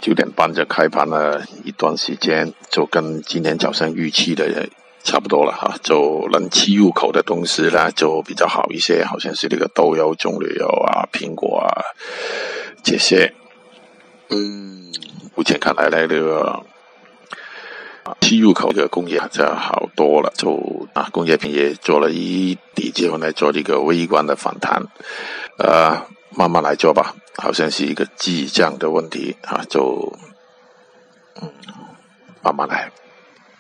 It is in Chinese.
9点半就开盘了一段时间，就跟今天早上预期的差不多了哈。就冷气入口的东西呢就比较好一些，好像是这个豆油、棕榈油啊、苹果啊这些。目前看来呢，这个气入口的工业就好多了，就工业品也做了一底之后呢，做这个微观的反弹，慢慢来做吧，好像是一个计价的问题啊，就慢慢来。